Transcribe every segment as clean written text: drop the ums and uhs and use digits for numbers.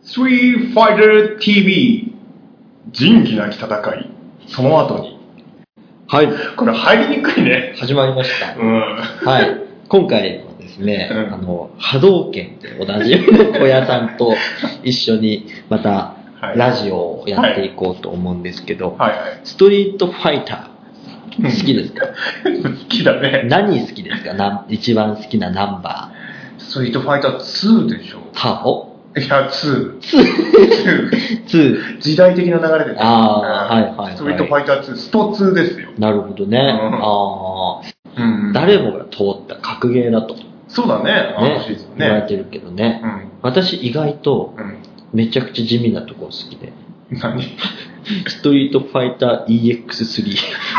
スリーファイター TV 仁義なき戦い、その後に。 はい。 これ入りにくいね。 始まりました。 うん。 はい。今回はですね、波動拳でおなじみの小屋さんと一緒にまたラジオをやっていこうと思うんですけど、 はいはい、 ストリートファイター好きですか？ 好きだね。 何好きですか？一番好きなナンバー。ストリートファイター2でしょ。 はお？ いや、2。 2。 時代的な流れでね。 はいはいはい。 ストリートファイター2、スト2ですよ。 なるほどね。誰もが通った格ゲーだと。 そうだね。 言われてるけどね。私意外とめちゃくちゃ地味なところ好きで。 何？ ストリートファイター EX3。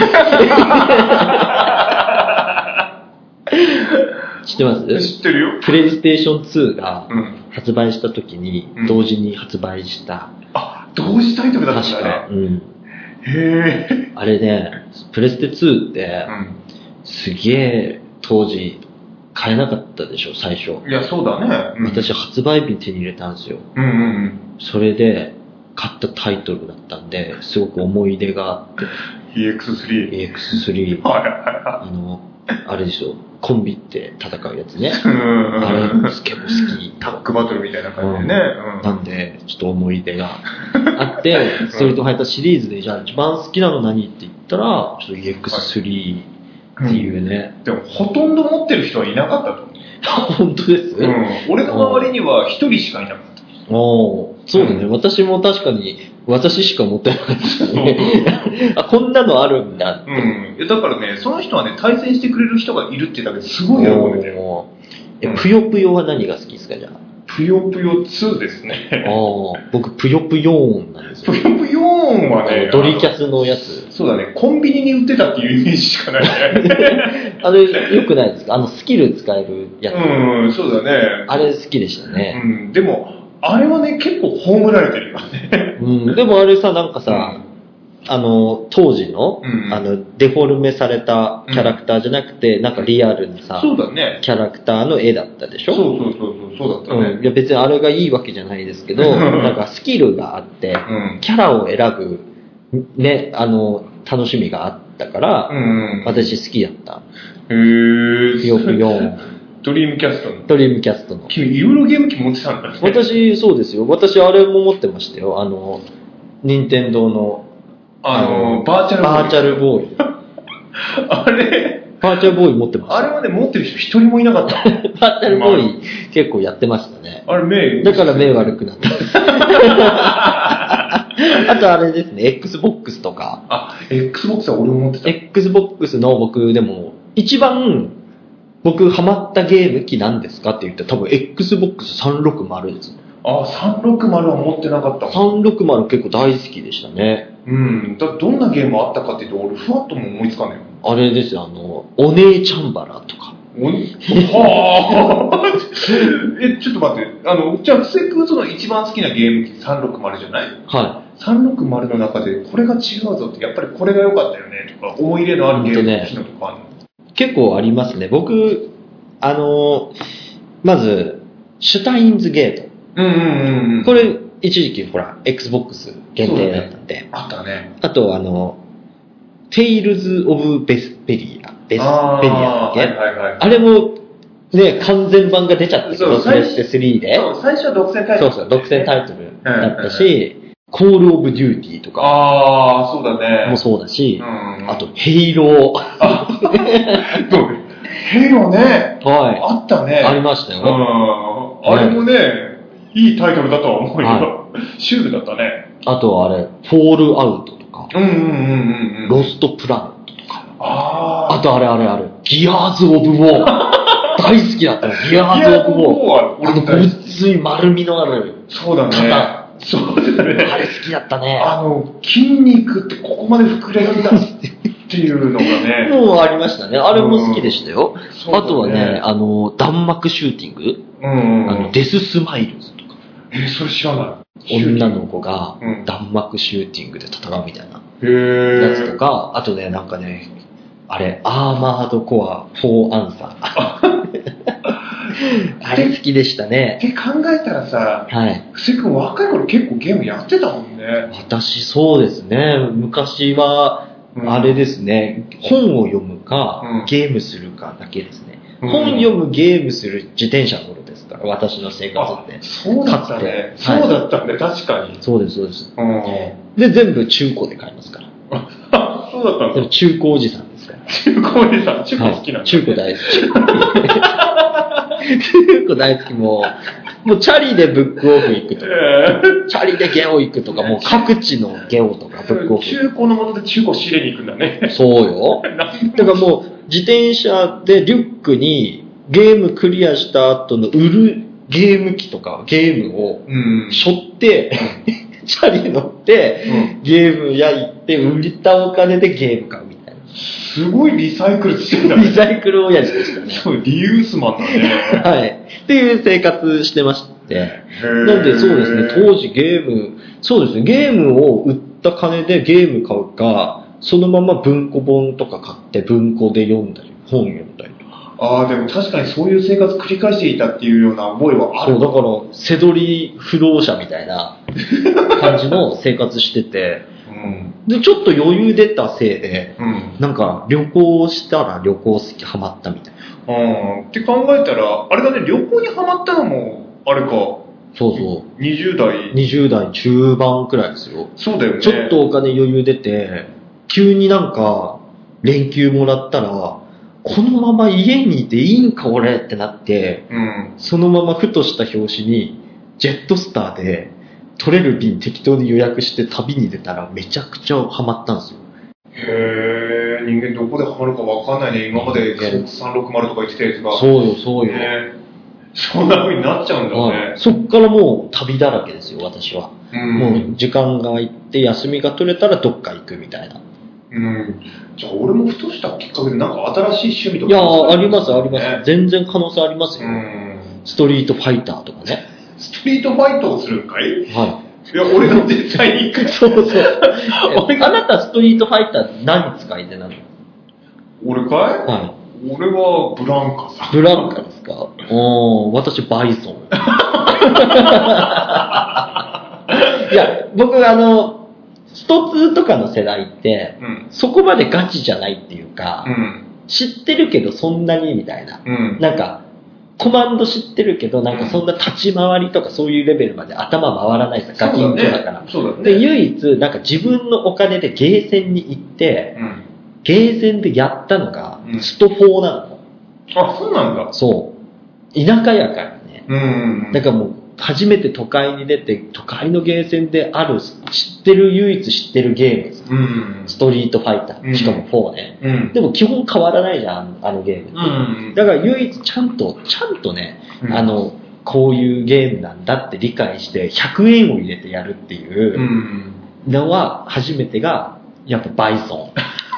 知ってます？ 知ってるよ。 プレイステーション2が発売した時に同時に発売した。 同時タイトルだったんだね。へえ。 あれね、プレステ2って、すげえ当時買えなかったでしょ、最初。 いや、そうだね。 私発売日に手に入れたんですよ。それで買ったタイトルだったんで、すごく思い出があって。 EX3。 あれでしょ、コンビって戦うやつね。あれ結構好き。 タッグバトルみたいな感じでね。 なんで、ちょっと思い出があって、ストリートファイターシリーズで、じゃあ一番好きなの何って言ったら、ちょっと EX3 っていうね。 でも、ほとんど持ってる人はいなかったと思う。 本当です？ 俺の周りには一人しかいなかった。 そうだね。私も確かに、私しか持ってないですね。こんなのあるんだって。 だからね、その人はね、対戦してくれる人がいるっていうだけですごい喜んでたよ。 ぷよぷよは何が好きですか、じゃあ。 ぷよぷよ2ですね。 僕、ぷよぷよーんなんですよ。 ぷよぷよーんはね、 ドリキャスのやつ。 そうだね、コンビニに売ってたっていうイメージしかないね。 あれ、よくないですか？スキル使えるやつ。 そうだね。 あれ好きでしたね。 でも、あれはね、結構葬られてるよね。 でもあれさ、なんかさ、当時の、デフォルメされたキャラクターじゃなくて、なんかリアルなさ、 そうだね。 キャラクターの絵だったでしょ？ そうだったね。 いや別にあれがいいわけじゃないですけど、なんかスキルがあって、キャラを選ぶ、ね、楽しみがあったから、私好きだった。よくドリームキャストの。君、いろいろゲーム機持ってたんだね。 私、そうですよ。私、あれも持ってましたよ。任天堂の、 バーチャルボーイ。あれバーチャルボーイ持ってました。 あれはね、持ってる人一人もいなかった。 バーチャルボーイ結構やってましたね。だから目悪くなった。あとあれですね、Xbox とか。 Xbox は俺も持ってた。 Xbox の僕でも、一番、僕ハマったゲーム機なんですかって言ったら多分 Xbox360 です。 360は持ってなかった。 360結構大好きでしたね。 どんなゲームあったかっていうと、俺ふわっとも思いつかないよ。 あれですよ、お姉ちゃんバラとか。 はぁちょっと待って。じゃあ、布施君その一番好きなゲーム機360じゃない？ はい。 360の中でこれが違うぞって、やっぱりこれが良かったよねとか、思い入れのあるゲーム機能とかあるの？ 結構ありますね。僕、まず、シュタインズゲート。これ、一時期、ほら、Xbox 限定だったんで。 あったね。 あと、テイルズ・オブ・ベスペリア。だっけ？あれも、ね、完全版が出ちゃったけど、プレステ3で。 最初は独占タイトル。 そう、独占タイトルだったし、コール・オブ・デューティーとか。 そうだね。 もそうだし、あと、ヘイロー。 ヘイローね。 あったね。 ありましたよ。 あれもね、いいタイトルだとは思うよ。シュールだったね。 あとあれ、フォールアウトとか、ロストプラネットとか。あとあれ、ギアーズ・オブ・ウォー。大好きだったの。ギアーズ・オブ・ウォー。ごっつい丸みのある。 そうだね。そうだね。 あれ好きだったね。 筋肉ってここまで膨れるんだっていうのがね。 もうありましたね。あれも好きでしたよ。あとはね、弾幕シューティング。デススマイルズとか。 それ知らない。 女の子が弾幕シューティングで戦うみたいなやつとか、あとね、なんかね、あれ、アーマードコア4アンサー。 あれ好きでしたね。 って考えたらさ、 はい。 布施君若い頃結構ゲームやってたもんね。 私そうですね。昔は、あれですね、本を読むか、ゲームするかだけですね。本読む、ゲームする、自転車乗るですから、私の生活って。 そうだったね。そうだったね、確かに。 そうです、そうです。で、全部中古で買いますから。 そうだったんですか。 中古おじさんですから。 中古おじさん、中古好きなんだ、 中古大好き。中古大好きもうチャリでブックオフ行くとか、チャリでゲオ行くとか、もう各地のゲオとかブックオフ。 中古のもので中古仕入れに行くんだね。 そうよ。だからもう自転車でリュックにゲームクリアした後の売るゲーム機とかゲームを背負って、チャリ乗って、ゲーム屋行って売ったお金でゲーム買うみたいな。 すごいリサイクルしてんだね。 リサイクル親父でしたね。 そう、リユースマンだね。 はい。っていう生活してまして。なんでそうですね、当時ゲーム、そうですね、ゲームを売った金でゲーム買うか、そのまま文庫本とか買って文庫で読んだり、本読んだりとか。 ああ、でも確かにそういう生活繰り返していたっていうような覚えはある。 そう、だから、背取り不動者みたいな感じの生活してて、で、ちょっと余裕出たせいで、なんか旅行したら旅行ハマったみたいな。 って考えたら、あれだね、旅行にハマったのも、あれか。 そうそう。 20代。 20代中盤くらいですよ。 そうだよね。 ちょっとお金余裕出て、急になんか、連休もらったら、このまま家にいていいんか俺ってなって、そのままふとした拍子に、ジェットスターで、取れる便適当に予約して旅に出たらめちゃくちゃハマったんですよ。 へー、人間どこでハマるか分かんないね。今まで360とか言ってたやつが。 そうよ、そうよ。 そんな風になっちゃうんだね。 そっからもう旅だらけですよ、私は。もう時間が空いて休みが取れたらどっか行くみたいな。 じゃあ俺もふとしたきっかけでなんか新しい趣味とか。 いや、あります、あります。全然可能性ありますよ。ストリートファイターとかね。 ストリートファイトをするんかい？ はい。 いや、俺が絶対に行く。 そうそう。あなたストリートファイター何使い手なの？ 俺かい？ はい。 俺はブランカさん。 ブランカですか？私バイソン。いや、僕スト2とかの世代って、そこまでガチじゃないっていうか、知ってるけどそんなにみたいな。なんか、コマンド知ってるけど、なんかそんな立ち回りとかそういうレベルまで頭回らないです、ガキンチョだから。で、唯一、なんか自分のお金でゲーセンに行って、ゲーセンでやったのが、スト4なの。 あ、そうなんだ。 そう。田舎やからね。だからもう、初めて都会に出て、都会のゲーセンである、唯一知ってるゲームです。ストリートファイター。しかも4ね。でも基本変わらないじゃん、あのゲームって。だから唯一ちゃんとね、こういうゲームなんだって理解して、100円を入れてやるっていうのは、初めてが、やっぱバイソン。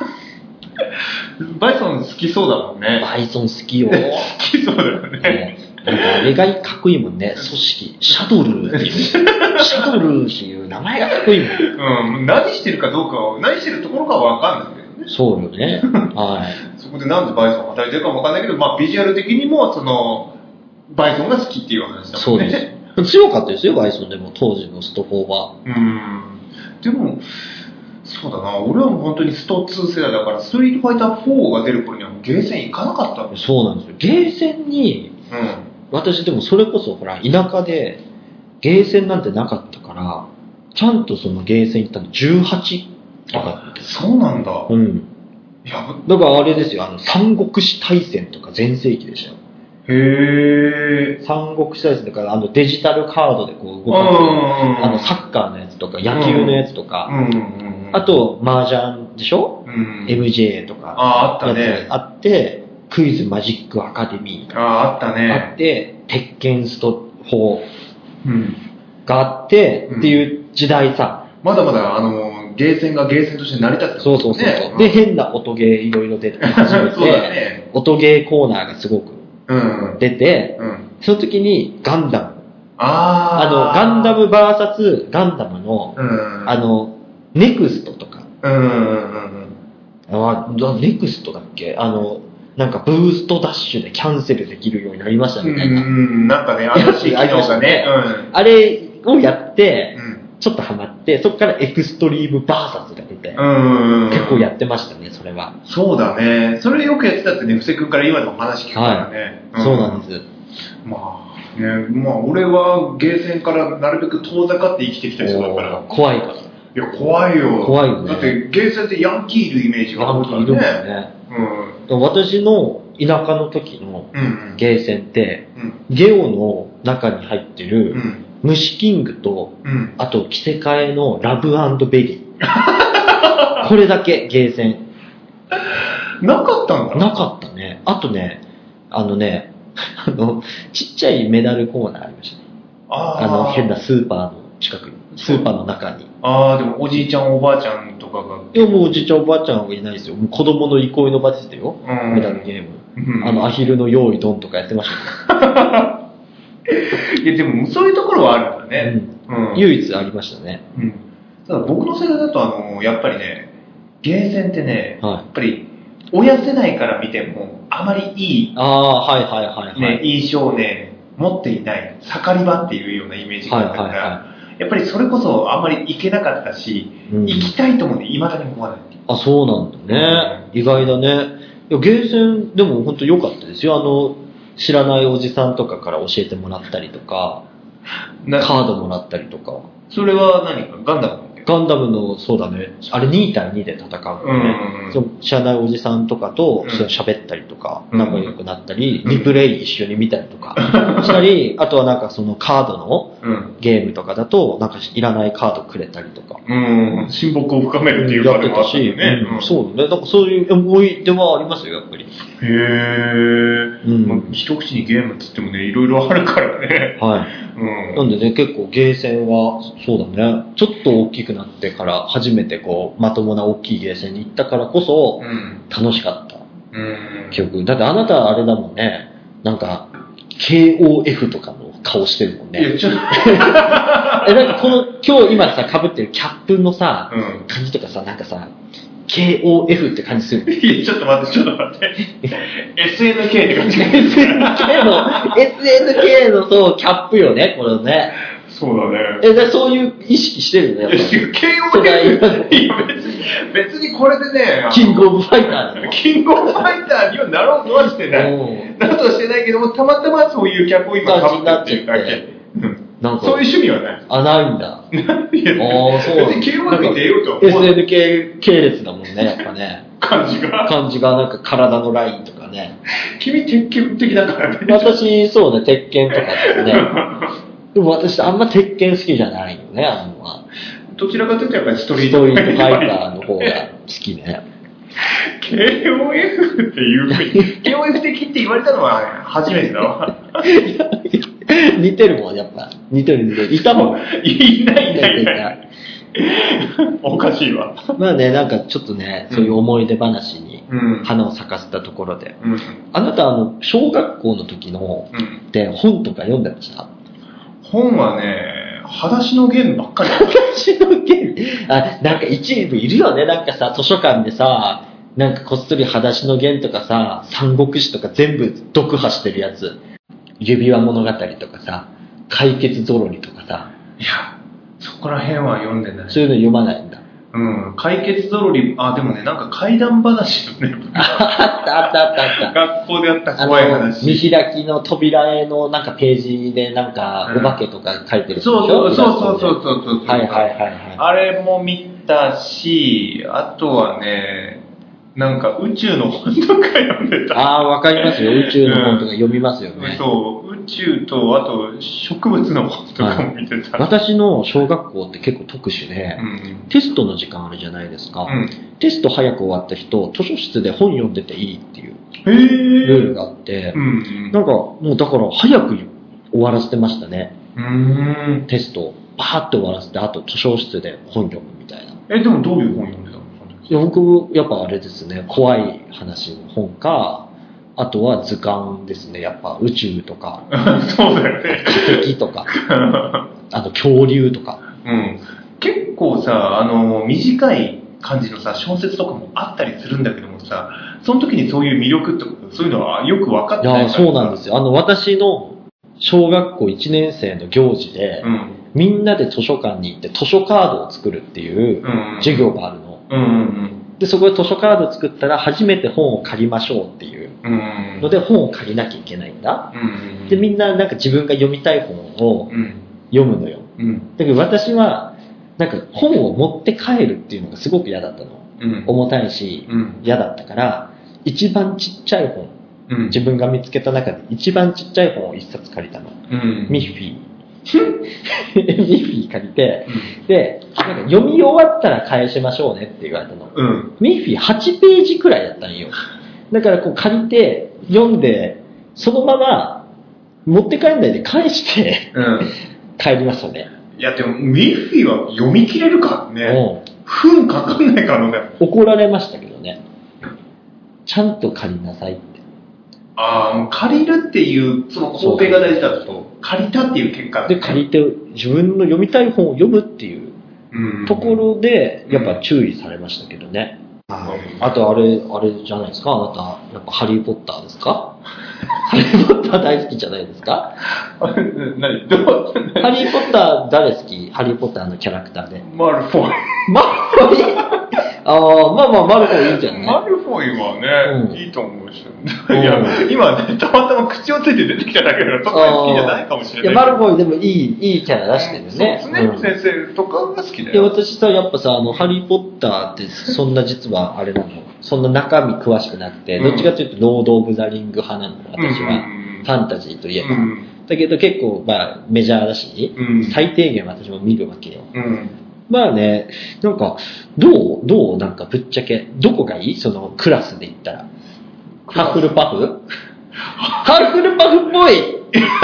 バイソン好きそうだもんね。 バイソン好きよ。 好きそうだよね。 なんかあれがかっこいいもんね。組織。シャドルっていう。シャドルっていう名前がかっこいいもん。何してるかどうかは、何してるところかはわかんないけどね。 そうよね。はい。 そこでなんでバイソンが働いてるかもわかんないけど、まあビジュアル的にも、バイソンが好きっていう話だもんね。 そうです。強かったですよ、バイソンでも、当時のスト4は。 でも、そうだな、俺はもう本当にスト2世代だから、ストリートファイター4が出る頃にはもうゲーセン行かなかったんですよ。 そうなんですよ。ゲーセンに、私でもそれこそほら、田舎でゲーセンなんてなかったから、ちゃんとそのゲーセン行ったの18とか。 そうなんだ。 いや、だからあれですよ、三国志大戦とか全盛期でしたよ。 へー。 三国志大戦とか、デジタルカードでこう動かす、サッカーのやつとか、野球のやつとか、あと、麻雀でしょ、MJ とか。 あったね。 あって、クイズマジックアカデミー。 あったね。 あって、鉄拳スト4があって、っていう時代さ。 まだまだ、ゲーセンがゲーセンとして成り立ってた。 そうそうそう。で、変な音ゲーいろいろ出て始めて、音ゲーコーナーがすごく出て、その時にガンダム。ガンダム VS ガンダムの、ネクストとか。ネクストだっけなんかブーストダッシュでキャンセルできるようになりましたみたいな。 なんかね、新しい機能がね。 あれをやって、ちょっとハマって、そこからエクストリームバーサスが出て、結構やってましたね、それは。 そうだね。それよくやってたってね、布施君から今でも話聞くからね。 そうなんです。 俺はゲーセンからなるべく遠ざかって生きてきた人だから。 怖いから。 いや、怖いよ。 怖いよね。 だってゲーセンってヤンキーいるイメージがあるからね。ヤンキーいるもんね。私の田舎の時のゲーセンって、ゲオの中に入ってる、虫キングと、あと着せ替えのラブ&ベリー。これだけゲーセン。 なかったんだ。 なかったね。あとね、ちっちゃいメダルコーナーありましたね。変なスーパーの近くに。スーパーの中に。 でもおじいちゃんおばあちゃんとかが。 いや、もうおじいちゃんおばあちゃんはいないですよ。もう子供の憩いの場でしたよ。メダルゲーム。アヒルの用意ドンとかやってましたね。 いや、でもそういうところはあるんだね。 唯一ありましたね。 ただ僕の世代だとやっぱりね、ゲーセンってね、やっぱり親世代から見てもあまりいい印象をね、持っていない盛り場っていうようなイメージがあったから、やっぱりそれこそあんまり行けなかったし、行きたいともね、未だに思わない。 そうなんだね。意外だね。いや、ゲーセンでも本当良かったですよ。知らないおじさんとかから教えてもらったりとか、カードもらったりとか。 それは何かガンダムの、そうだね。あれ2対2で戦うのね。知らないおじさんとかと喋ったりとか、仲良くなったり、リプレイ一緒に見たりとかしたり、あとはなんかそのカードのゲームとかだと、なんかいらないカードくれたりとか。 親睦を深めるっていうかやってたし、そうね。なんかそういう思い出はありますよ、やっぱり。 一口にゲームっつってもね、いろいろあるからね。 なんでね、結構ゲーセンは、そうだね、ちょっと大きくなってから初めてまともな大きいゲーセンに行ったからこそ、楽しかった記憶。だってあなたはあれだもんね、なんか、KOF とかの顔してるもんね。なんか今日今さ、被ってるキャップのさ、感じとかさ、なんかさ、KOF って感じする。 いや、ちょっと待って。SNK って感じ。 SNK のそう、キャップよね、これね。 そうだね。 そういう意識してるのやっぱり。 KOF いや別にこれでね、 キングオブファイターキングオブファイターにはなろうとはしてない。なろうとはしてないけども、たまたまそういうキャップを今被ってっていうだけ。なんかそういう趣味はない。 ないんだ。 いや、そう。別に KOF 出ようとは思う。SNK 系列だもんね、やっぱね。 感じがなんか体のラインとかね。 君鉄拳的だからね。 私、そうね、鉄拳とかですね。でも私、あんま鉄拳好きじゃないよね、 どちらかというとやっぱりストリートファイターの方が好きね。 KOF っていうふうに、KOF 的って言われたのは初めてだわ。 似てるもん、やっぱ。似てる。いたもん。 いない。おかしいわ。 まあね、なんかちょっとね、そういう思い出話に花を咲かせたところで。あなた、小学校の時の、で本とか読んでました？ 本はね、裸足のゲームばっかり。 裸足のゲームなんか一部いるよね。なんかさ、図書館でさ、なんかこっそり裸足のゲームとかさ、三国志とか全部読破してるやつ。指輪物語とかさ、解決ぞろりとかさ。 いや、そこら辺は読んでない。 そういうの読まないんだ。 解決ぞろり、でもね、なんか怪談話のね。 あった。 学校であった怖い話。 見開きの扉絵のなんかページでなんか、お化けとか書いてる。 そう。 はい。 あれも見たし、あとはね、なんか宇宙の本とか読んでた。 わかりますよ。宇宙の本とか読みますよね。 そう、宇宙と、あと植物の本とかも見てた。 私の小学校って結構特殊で、テストの時間あるじゃないですか。テスト早く終わった人、図書室で本読んでていいっていうルールがあって、なんかもうだから早く終わらせてましたね。テストをバーッと終わらせて、あと図書室で本読むみたいな。 でもどういう本読んでたの？ 僕、やっぱあれですね、怖い話の本か、あとは図鑑ですね、やっぱ宇宙とか、 そうだよね。 化石とか、あと恐竜とか。 結構さ、短い感じのさ、小説とかもあったりするんだけどもさ、その時にそういう魅力とか、そういうのはよく分かってないからさ。 いや、そうなんですよ。私の小学校1年生の行事で、みんなで図書館に行って図書カードを作るっていう授業があるの。で、そこで図書カードを作ったら初めて本を借りましょうっていうので、本を借りなきゃいけないんだ。で、みんななんか自分が読みたい本を読むのよ。だけど私は、なんか本を持って帰るっていうのがすごく嫌だったの。重たいし、嫌だったから、一番ちっちゃい本、自分が見つけた中で一番ちっちゃい本を一冊借りたの。ミッフィー。ミッフィー借りて、で、なんか読み終わったら返しましょうねって言われたの。ミッフィー8ページくらいだったんよ。だからこう借りて、読んで、そのまま持って帰んないで返して、帰りましたね。 いやでもミッフィーは読み切れるからね。分かかんないからね。 怒られましたけどね。ちゃんと借りなさいって。 もう借りるっていうその工程が大事だと、借りたっていう結果で借りて自分の読みたい本を読むっていうところでやっぱ注意されましたけどね。あとあれじゃないですか、あなたやっぱハリーポッターですか？ハリーポッター大好きじゃないですか？ 何？ハリーポッター誰好き？ハリーポッターのキャラクターで。 マルフォイ。 マルフォイ？まあマルフォイいいじゃんね。 マルフォイはね、いいと思うし。いや、今ね、たまたま口をついて出てきただけで、そんなに好きじゃないかもしれない。 いや、マルフォイでもいいキャラ出してるね。 そうですね、先生とかが好きだよ。 いや、私さ、やっぱさ、ハリーポッターってそんな実はあれなの。そんな中身詳しくなくて、どっちかというとロード・オブ・ザ・リング派なの、私は。ファンタジーといえば。だけど結構、メジャーだし、最低限私も見るわけよ。まあね、なんか、どうなんかぶっちゃけ、どこがいい？そのクラスで言ったら。ハッフルパフ？ハッフルパフっぽい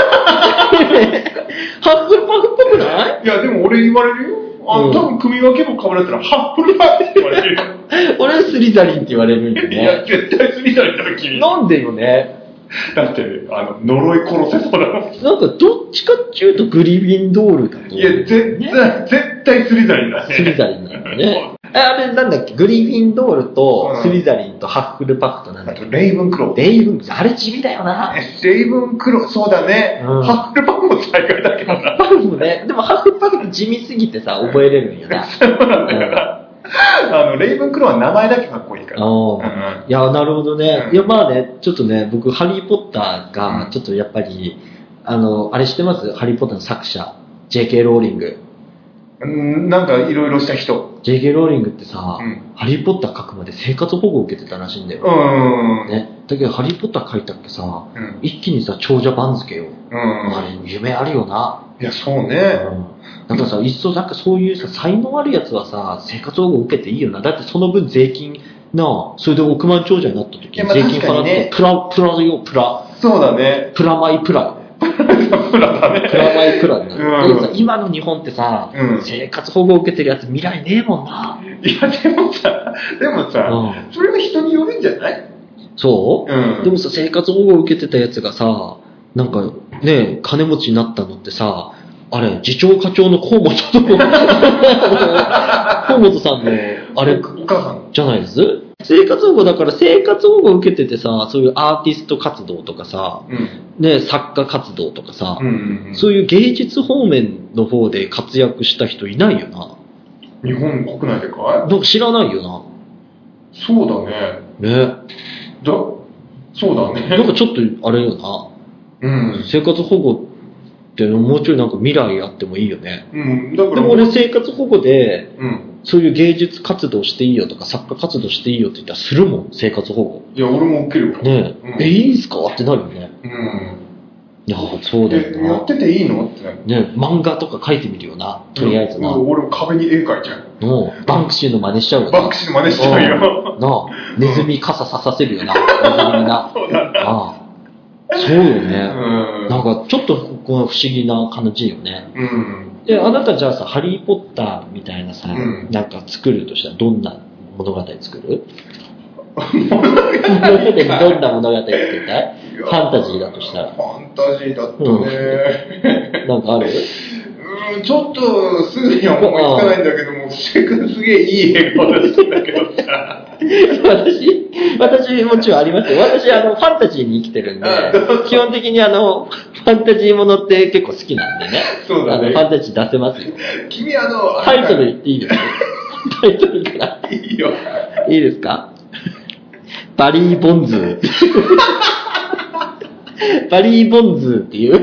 ハッフルパフっぽくない？ いや、でも俺言われるよ。多分組分けも被られたらハッフルパフって言われるよ。 俺スリザリンって言われるんよね。 いや、絶対スリザリンだろ、君。 なんでよね。 だって、呪い殺せそうだもん。 なんか、どっちかっていうとグリフィンドールだと。 いや、絶対スリザリンだね。 スリザリンなんだね。あれなんだっけ、グリフィンドールとスリザリンとハッフルパフとなんだっけ。 レイブンクロー。 あれ地味だよな。 レイブンクロー、そうだね。ハッフルパフも大会だけどな。 ハッフルパフもね、でもハッフルパフって地味すぎてさ、覚えれるんよな。 そうなんだよな。レイブンクローは名前だけかっこいいから。 いや、なるほどね。いや、まあね、ちょっとね、僕、ハリーポッターが、ちょっとやっぱり、あれ知ってます？ハリーポッターの作者。JK ローリング。 なんかいろいろした人。 JK ローリングってさ、ハリーポッター書くまで生活保護を受けてたらしいんだよ。ね。だけど、ハリーポッター書いたっけさ、一気にさ、長者番付よ。あれ、夢あるよな。 いや、そうね。 なんかさ、いっそなんかそういうさ、才能あるやつはさ、生活保護を受けていいよな。だってその分税金な、それで億万長者になった時に税金払って、プラよ、プラ。 そうだね。 プラマイプラ。 プラだね。 プラマイプラになる。だけどさ、今の日本ってさ、生活保護を受けてるやつ未来ねえもんな。 いや、でもさ、それは人によるんじゃない？ そう？でもさ、生活保護を受けてたやつがさ、なんかね、金持ちになったのってさ、あれ、次長課長の河本さんの、あれ、 お母さんじゃないです？生活保護だから生活保護を受けててさ、そういうアーティスト活動とかさ、ね、作家活動とかさ、そういう芸術方面の方で活躍した人いないよな。 日本国内でかい？ なんか知らないよな。 そうだね。 ね。 そうだね。 なんかちょっとあれよな。生活保護ってもうちょいなんか未来あってもいいよね。だからでも俺生活保護で、そういう芸術活動していいよとか作家活動していいよって言ったらするもん、生活保護。 いや、俺も OK るよ。 ねえ、いいんすかってなるよね。いや、そうだよな。 やってていいのってね、漫画とか描いてみるよな、とりあえずな。 俺も壁に絵描いちゃう。 バンクシーの真似しちゃうよな。 バンクシーの真似しちゃうよ。 なあ、ネズミ傘ささせるよな、ネズミな。 そうだな。 そうよね。なんかちょっとこう不思議な感じよね。で、あなたじゃあさ、ハリーポッターみたいなさ、なんか作るとしたらどんな物語作る？どんな物語作りたい？ファンタジーだとしたら。 ファンタジーだとね。 なんかある？ ちょっとすぐには思いつかないんだけども、すげげえいい笑顔だったんだけどさ。 私もちろんありますよ。私、ファンタジーに生きてるんで、基本的にファンタジーものって結構好きなんでね。 そうだね。 ファンタジー出せますよ。 君タイトル言っていいですか？タイトルから。 いいよ。 いいですか？バリー・ボンズ。バリー・ボンズっていう、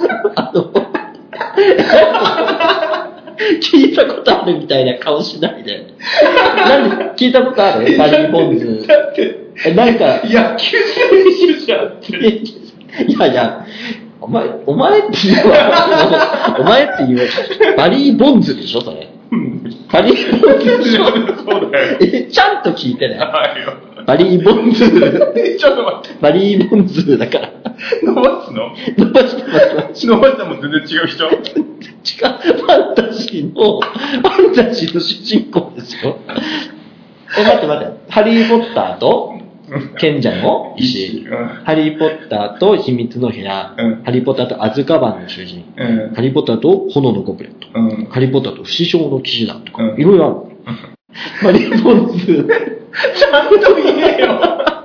聞いたことあるみたいな顔しないで。なんで聞いたことある？バリー・ボンズ。 だって、 なんか、 野球選手じゃんって。 いや、お前って言うわ。お前って言うわ。バリー・ボンズでしょ、それ。バリー・ボンズでしょ。 そうだよ。 ちゃんと聞いてね。 はいよ。 バリー・ボンズ。 ちょっと待って。 バリー・ボンズだから。 伸ばすの？ 伸ばしてます。 伸ばしたらもう全然違う人？ 違う。ファンタジーの主人公ですよ。待って。ハリー・ポッターと賢者の石、ハリー・ポッターと秘密の部屋、ハリー・ポッターとアズカバンの囚人、ハリー・ポッターと炎のゴブレット、ハリー・ポッターと不死鳥の騎士団とか、いろいろある。バリー・ボンズ。 ちゃんと言えよ。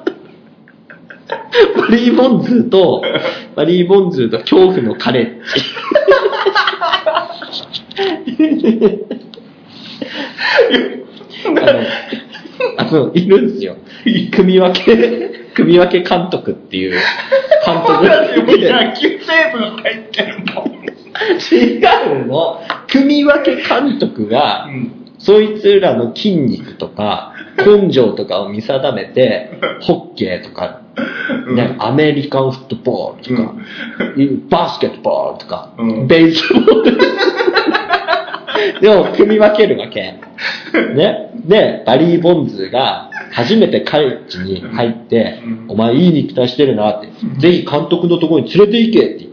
バリー・ボンズと恐怖のカレッジ。いるんですよ。組分け監督っていう監督。 野球成分入ってるもん。 違うの。組分け監督が、そいつらの筋肉とか根性とかを見定めて、ホッケーとか、ね、アメリカンフットボールとか、バスケットボールとか、ベースボールでも組み分けるわけ。ね。で、バリー・ボンズが初めてカレッジに入って、お前いい肉体してるなって、ぜひ監督のところに連れて行けって言って、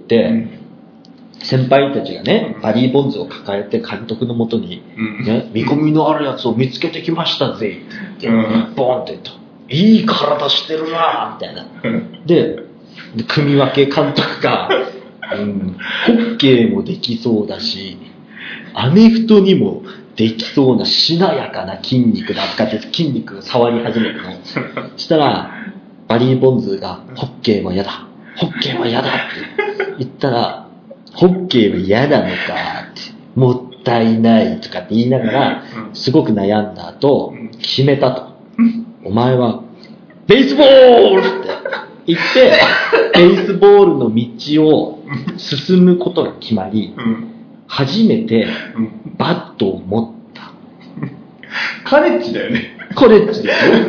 先輩たちがね、バリー・ボンズを抱えて監督のもとに、ね、見込みのあるやつを見つけてきましたぜって、ボンって言った。いい体してるなみたいな。で、組み分け監督が、ホッケーもできそうだし、アメフトにもできそうなしなやかな筋肉だとかって筋肉を触り始めるの。したら、バリー・ボンズが、ホッケーは嫌だって言ったら、ホッケーは嫌なのかって、もったいないとかって言いながら、すごく悩んだ後、決めたと。お前は、ベースボールって言って、ベースボールの道を進むことが決まり、初めてバットを持った。 カレッジだよね。 カレッジですよ。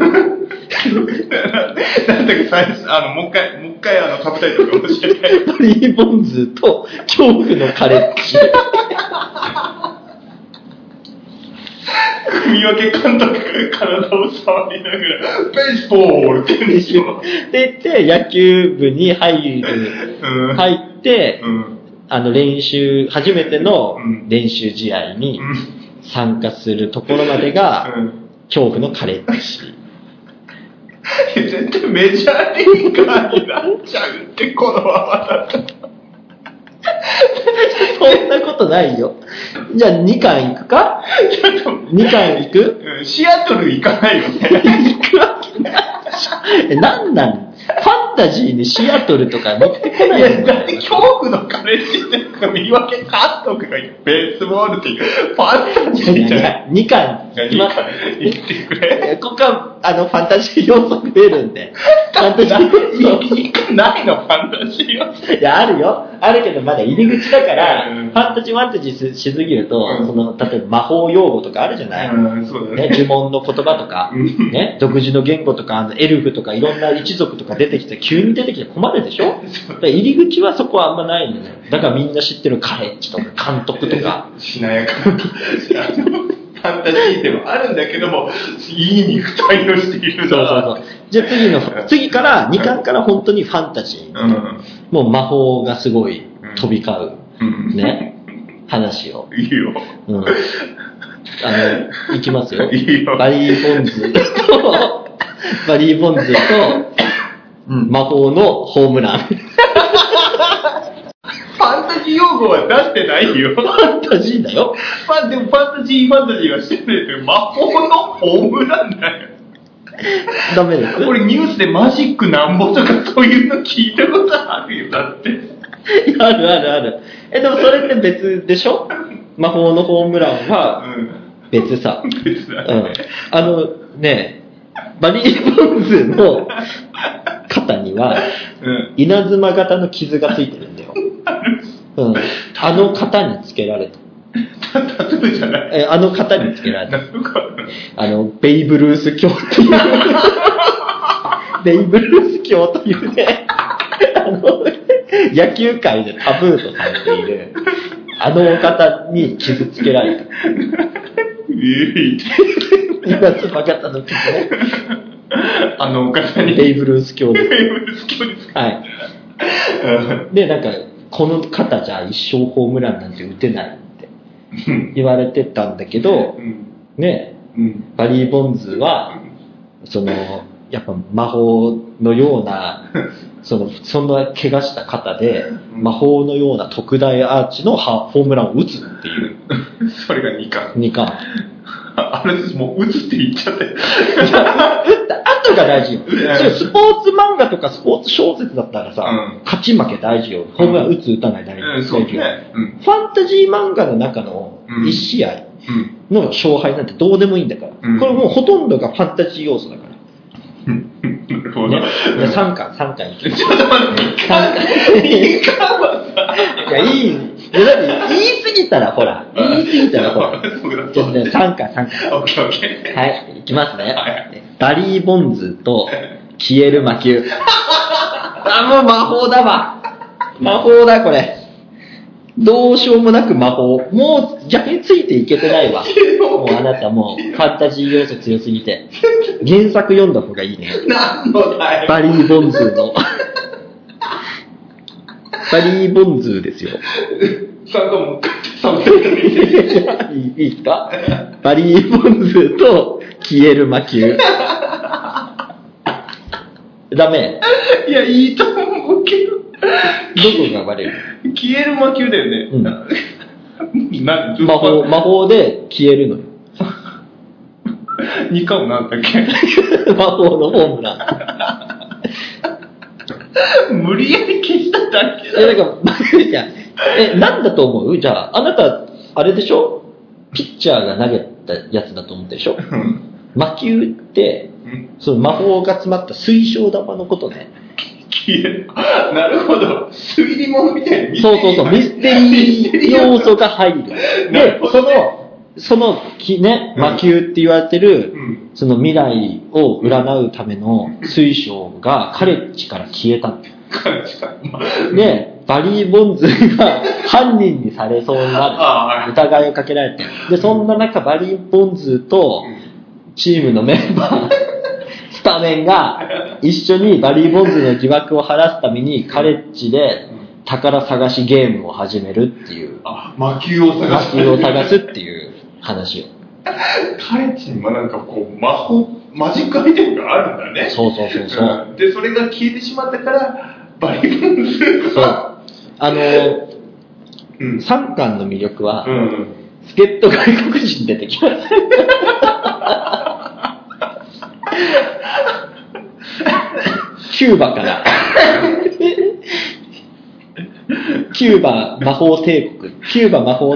なんだっけ、最初、もう一回、サブタイトルかもしれない。 バリー・ボンズと恐怖のカレッジ。 組み分け監督が体を触りながら、ベースボールって言うんですよ。 で、野球部に入って、初めての練習試合に参加するところまでが、恐怖のカレッジ。 絶対メジャーリーガーになっちゃうって、このままだと。 そんなことないよ。じゃあ2巻行くか ?2 巻行く？ シアトル行かないよね。 行くわけない。なんなんファンタジーにシアトルとか持ってこないの？ いや、だって恐怖のカレッジって見分け監督がベースボールっていうファンタジーじゃない。 2巻行ってくれ。 ここはファンタジー要素増えるんで。ファンタジー要素ないのファンタジー要素。 いや、あるよ。あるけどまだ入り口だから、ファンタジーしすぎると、例えば魔法用語とかあるじゃない、 そうだね。 呪文の言葉とか、ね、独自の言語とか、エルフとかいろんな一族とか出てきて、急に出てきて困るでしょ？だから入り口はそこはあんまないんだよ。だからみんな知ってるカレッジとか監督とか。 しなやかなファンタジーでもあるんだけども、いい肉体をしているな。 そう。じゃあ次から2巻から本当にファンタジー。もう魔法がすごい飛び交う、ね、話を。 いいよ。 いきますよ。 いいよ。 バリー・ボンズと、魔法のホームラン。 ファンタジー用用語は出してないよ。 ファンタジーだよ。 でもファンタジーはしてないけど、魔法のホームランだよ。 ダメです。 これニュースでマジックなんぼとかそういうの聞いたことあるよ、だって。 ある。でもそれって別でしょ？魔法のホームランは別さ。 別だね。バリー・ボンズの肩には稲妻型の傷がついてるんだよ。あの型につけられた。 タトゥーじゃない？ あの型につけられた。ベイブルース教っていうベイブルース教というね、野球界でタブーとされているあの方に傷つけられた。稲妻型の傷ね。 あの方に。 ベイブルース教です。 ベイブルース教です。 はい。で、なんか、この肩じゃ一生ホームランなんて打てないって言われてたんだけど、ね、バリー・ボンズは、やっぱ魔法のような、そんな怪我した肩で、魔法のような特大アーチのホームランを打つっていう。 それが2冠。 2冠。 あれもう打つって言っちゃって。 打った後が大事よ。スポーツ漫画とかスポーツ小説だったらさ、勝ち負け大事よ。ホームラン打つ打たない大事よ。ファンタジー漫画の中の1試合の勝敗なんてどうでもいいんだから。これもうほとんどがファンタジー要素だから。 なるほど。 3巻に。 ちょっと待って、2巻はさ。 いや、いい。だって言い過ぎたらほら。ちょっとね、3巻。 オッケー。 はい、いきますね。バリー・ボンズと消える魔球。もう魔法だわ。魔法だ、これ。どうしようもなく魔法。もう逆についていけてないわ。もうあなたもうファンタジー要素強すぎて。原作読んだ方がいいね。 何のだよ。 バリー・ボンズの。バリー・ボンズですよ。 参加もういいですか？バリー・ボンズと消える魔球。ダメ？ いや、いいと思うけど。 どこがバレる？ 消える魔球だよね。 魔法で消えるのよ。 2冠なんだっけ？ 魔法のホームラン。無理やり消しただけだ。なんだと思う？じゃあ、あなた、あれでしょ？ピッチャーが投げたやつだと思ってるでしょ？魔球って、その魔法が詰まった水晶玉のことね。 なるほど。推理物みたいな。 そう、ミステリー要素が入る。で、そのね、魔球って言われてる、その未来を占うための水晶がカレッジから消えた。で、バリー・ボンズが犯人にされそうになる。疑いをかけられて。で、そんな中、バリー・ボンズとチームのメンバー、スタメンが一緒にバリー・ボンズの疑惑を晴らすためにカレッジで宝探しゲームを始めるっていう。 魔球を探すっていう話を。 カレッジにもなんかこうマジックアイテムがあるんだね。 そう。 で、それが消えてしまったから、バリー・ボンズは。3巻の魅力は、助っ人外国人出てきます。キューバから。キューバ魔法帝国から。 キュー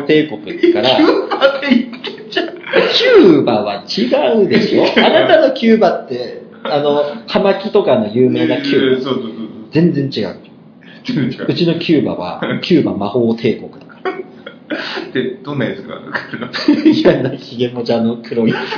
バって言ってんじゃん。 キューバは違うでしょ。あなたのキューバって、葉巻とかの有名なキューバ。 そう。 全然違う。うちのキューバは、キューバ魔法帝国だから。 で、どんなやつが来るの？ いや、ひげもじゃの黒いやつ。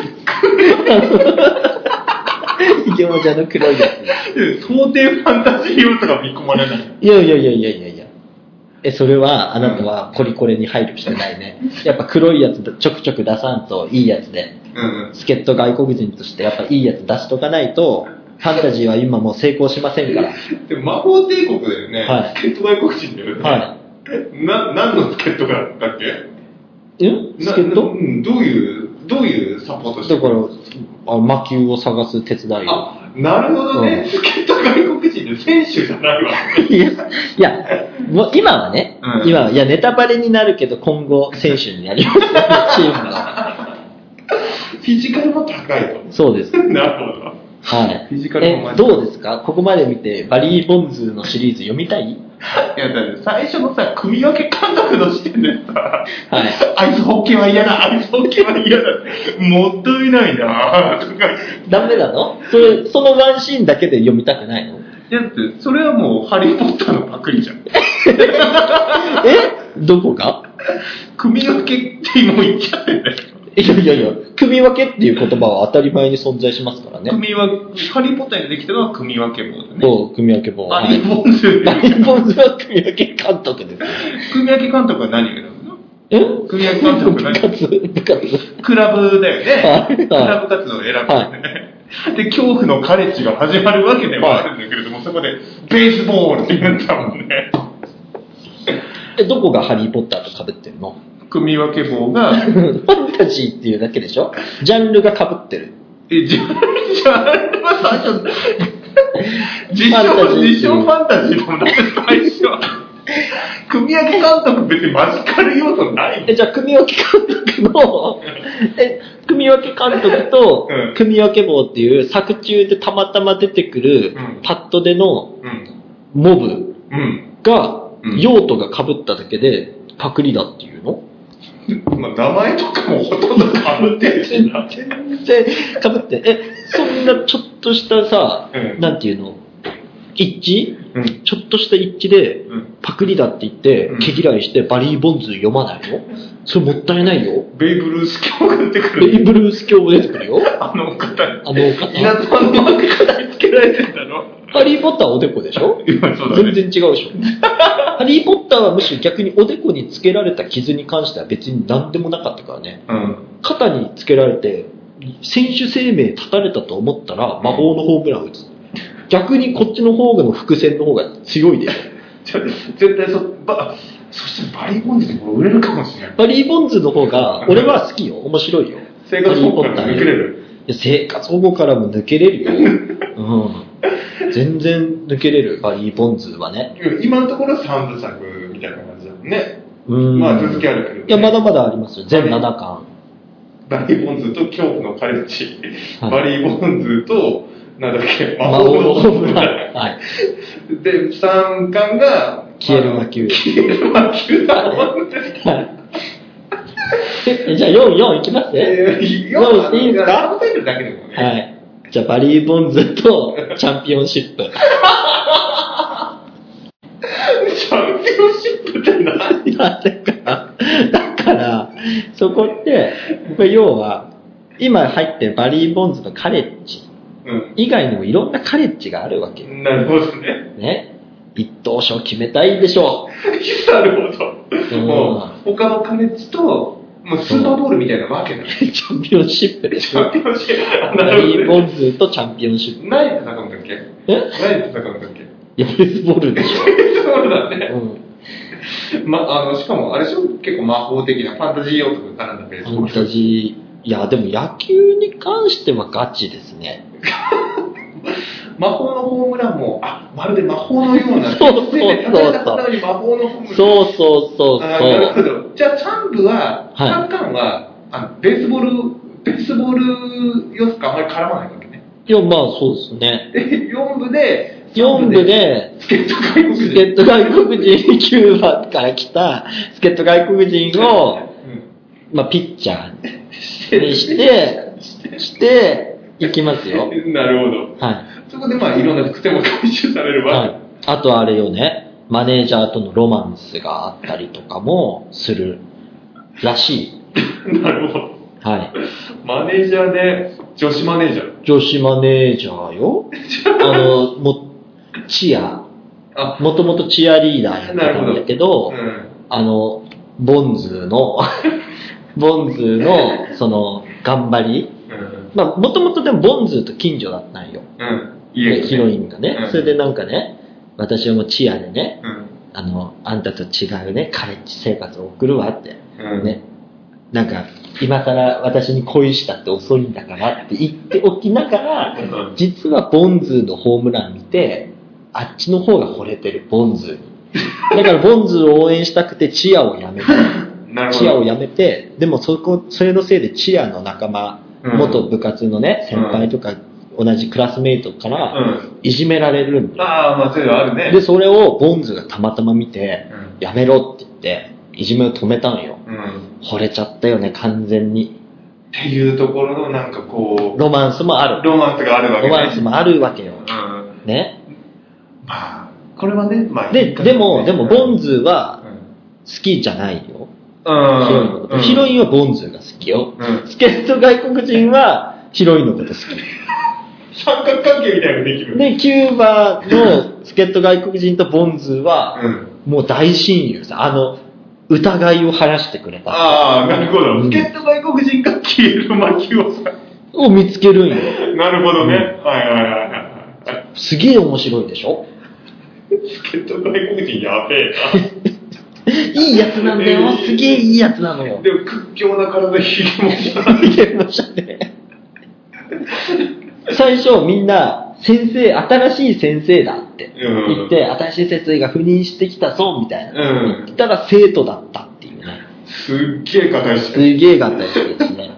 ひげもじゃの黒いやつ。想定ファンタジー要素が見込まれない。 いや。それは、あなたはコリコレに配慮してないね。やっぱ黒いやつちょくちょく出さんといいやつで。助っ人外国人としてやっぱいいやつ出しとかないと、ファンタジーは今もう成功しませんから。 でも魔法帝国だよね。 はい。 助っ人外国人だよね。 はい。 何の助っ人だったっけ？ 助っ人？ どういうサポートしてる？ だから、魔球を探す手伝い。 なるほどね。助っ人外国国人で選手じゃないわ。 いや、もう今はね、今は、いや、ネタバレになるけど、今後、選手になりますね、チームの。 フィジカルも高いと。 そうです。 なるほど。 はい。フィジカルもどうですか？ここまで見て、バリー・ボンズのシリーズ読みたい？ いや、だって最初のさ、組み分け監督の時点でさ、はい、アイスホッケーは嫌だ、アイスホッケーは嫌だ、もったいないなとか。 ダメなの？そのワンシーンだけで読みたくないの？ いや、だって、それはもう、ハリー・ポッターのパクリじゃん。 どこが？ 組み分けってもう言っちゃってんだよ。 いや、組み分けっていう言葉は当たり前に存在しますからね。 ハリーポッターにできたのは組み分け棒だね。 そう、組み分け棒。 バリー・ボンズは組み分け監督です。 組み分け監督は何を選ぶの？組み分け監督は何？クラブだよね。クラブ活動を選ぶんだよね。で、恐怖のカレッジが始まるわけではあるんだけれども、そこで、ベースボールって言ったもんね。 どこがハリーポッターと被ってるの？ 組み分け棒がファンタジーっていうだけでしょ？ジャンルが被ってる。 ジャンルは最初実証ファンタジーだもんだって最初組み分け監督別にマジカル要素ない。 じゃあ組み分け監督の組み分け監督と組み分け棒っていう作中でたまたま出てくるパッドでのモブが用途が被っただけでパクリだっていうの？ まあ、名前とかもほとんど被ってるしな。 全然被って、そんなちょっとしたさ、なんていうの、一致、ちょっとした一致で、パクリだって言って、毛嫌いしてバリー・ボンズ読まないの？それもったいないよ。 ベイブルース教が出てくる。 ベイブルース教出てくるよ。 あの方に。稲妻のマークからつけられてんだろ。 ハリー・ポッターはおでこでしょ？ そうだね、 全然違うでしょ。ハリー・ポッターはむしろ逆におでこにつけられた傷に関しては別に何でもなかったからね。肩につけられて、選手生命絶たれたと思ったら魔法のホームラン打つ。逆にこっちの方の伏線の方が強いでしょ。 絶対そしてバリー・ボンズでも売れるかもしれない。 バリー・ボンズの方が俺は好きよ。面白いよ。 生活保護から抜けれる？ いや、生活保護からも抜けれるよ。全然抜けれる、バリー・ボンズはね。 今のところ3部作みたいな感じだもんね。まあ続きあるけど、ね。 いや、まだまだありますよ。全7巻。 バリー・ボンズと恐怖のカレッジ。バリー・ボンズと、なんだっけ、魔法のホームラン。はい。 で、3巻が、 消える魔球。 消える魔球だもんね。 はい。じゃあ4いきますね。4いいですか？ サブタイトルだけでもね。 はい。じゃあバリー・ボンズとチャンピオンシップ。 チャンピオンシップって何？ だからそこって要は今入ってるバリー・ボンズのカレッジ以外にもいろんなカレッジがあるわけ。 なるほどね。 ね。一等賞決めたいでしょう。なるほど。もう他のカレッジともうスーパーボールみたいなわけだ。 チャンピオンシップでしょ。 チャンピオンシップ。 バリー・ボンズとチャンピオンシップ。 何で戦うんだっけ？何で戦うんだっけ？ いや、ベースボールでしょ。 ベースボールだね。しかもあれでしょ、結構魔法的なファンタジー要素が絡んだベースボール。 ファンタジー。いや、でも野球に関してはガチですね。 魔法のホームランも、まるで魔法のような。 そう。 なるほど。じゃあ3部は、3巻は、ベースボール要素があんまり絡まないわけね。 いや、まあそうですね。 で、4部で、助っ人外国人、キューバから来た助っ人外国人を、ピッチャーにしていきますよ。 なるほど。 はい。 そこでいろんな伏線も回収されるわけ。はい。 あとあれよね、マネージャーとのロマンスがあったりとかもするらしい。なるほど。 はい。 マネージャーで、女子マネージャー？ 女子マネージャーよ。チア。もともとチアリーダーやってたんだけど、ボンズのその頑張り、もともとでもボンズと近所だったんよ。ヒロインがね。それでなんかね、私はもうチアでね、あんたと違うね、カレッジ生活を送るわって。ね。なんか、今更私に恋したって遅いんだからって言っておきながら、実はボンズのホームラン見て、 あっちの方が惚れてる、ボンズに。だからボンズを応援したくてチアをやめて、チアをやめて、でもそれのせいでチアの仲間、元部活のね、先輩とか同じクラスメイトからいじめられるんだよ。 ああ、まあそういうのあるね。 で、それをボンズがたまたま見て、やめろって言って、いじめを止めたのよ。惚れちゃったよね、完全に。 っていうところのなんかこう。 ロマンスもある。 ロマンスがあるわけね。 ロマンスもあるわけよ。ね。 まあ、これはね、まあでも、ボンズは好きじゃないよ。ヒロインはボンズが好きよ。助っ人外国人はヒロインのこと好き。 三角関係みたいなのできる。 で、キューバの助っ人外国人とボンズは、もう大親友さ。疑いを晴らしてくれた。 ああ、なるほど。助っ人外国人が消えるマキオさん。 を見つけるんよ。 なるほどね。はいはいはい。 すげえ面白いでしょ？ 助っ人外国人やべえな。 いいやつなんだよ。すげえいいやつなのよ。 でも屈強な体ひげもしゃね。 ひげもしゃね。最初みんな新しい先生だって言って、新しい先生が赴任してきたぞみたいな。言ったら生徒だったっていうね。 すっげえ硬いし。 すげえ硬いしですね。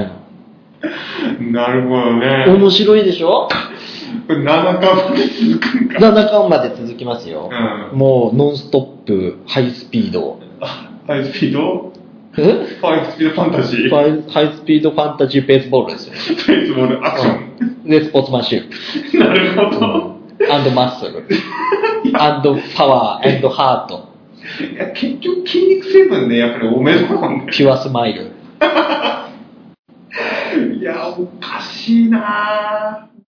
なるほどね。 面白いでしょ ？7巻まで続くんか。 7巻まで続きますよ。もうノンストップ、ハイスピード。 ハイスピード？ハイスピードファンタジー。 ハイスピードファンタジーベースボールですよ。 ベースボールアクション。 で、スポーツマンシップ。 なるほど。 アンドマッスル。アンドパワー、アンドハート。 いや、結局筋肉成分ね、やっぱり多めだもんね。 ピュアスマイル。 いや、おかしいなぁ。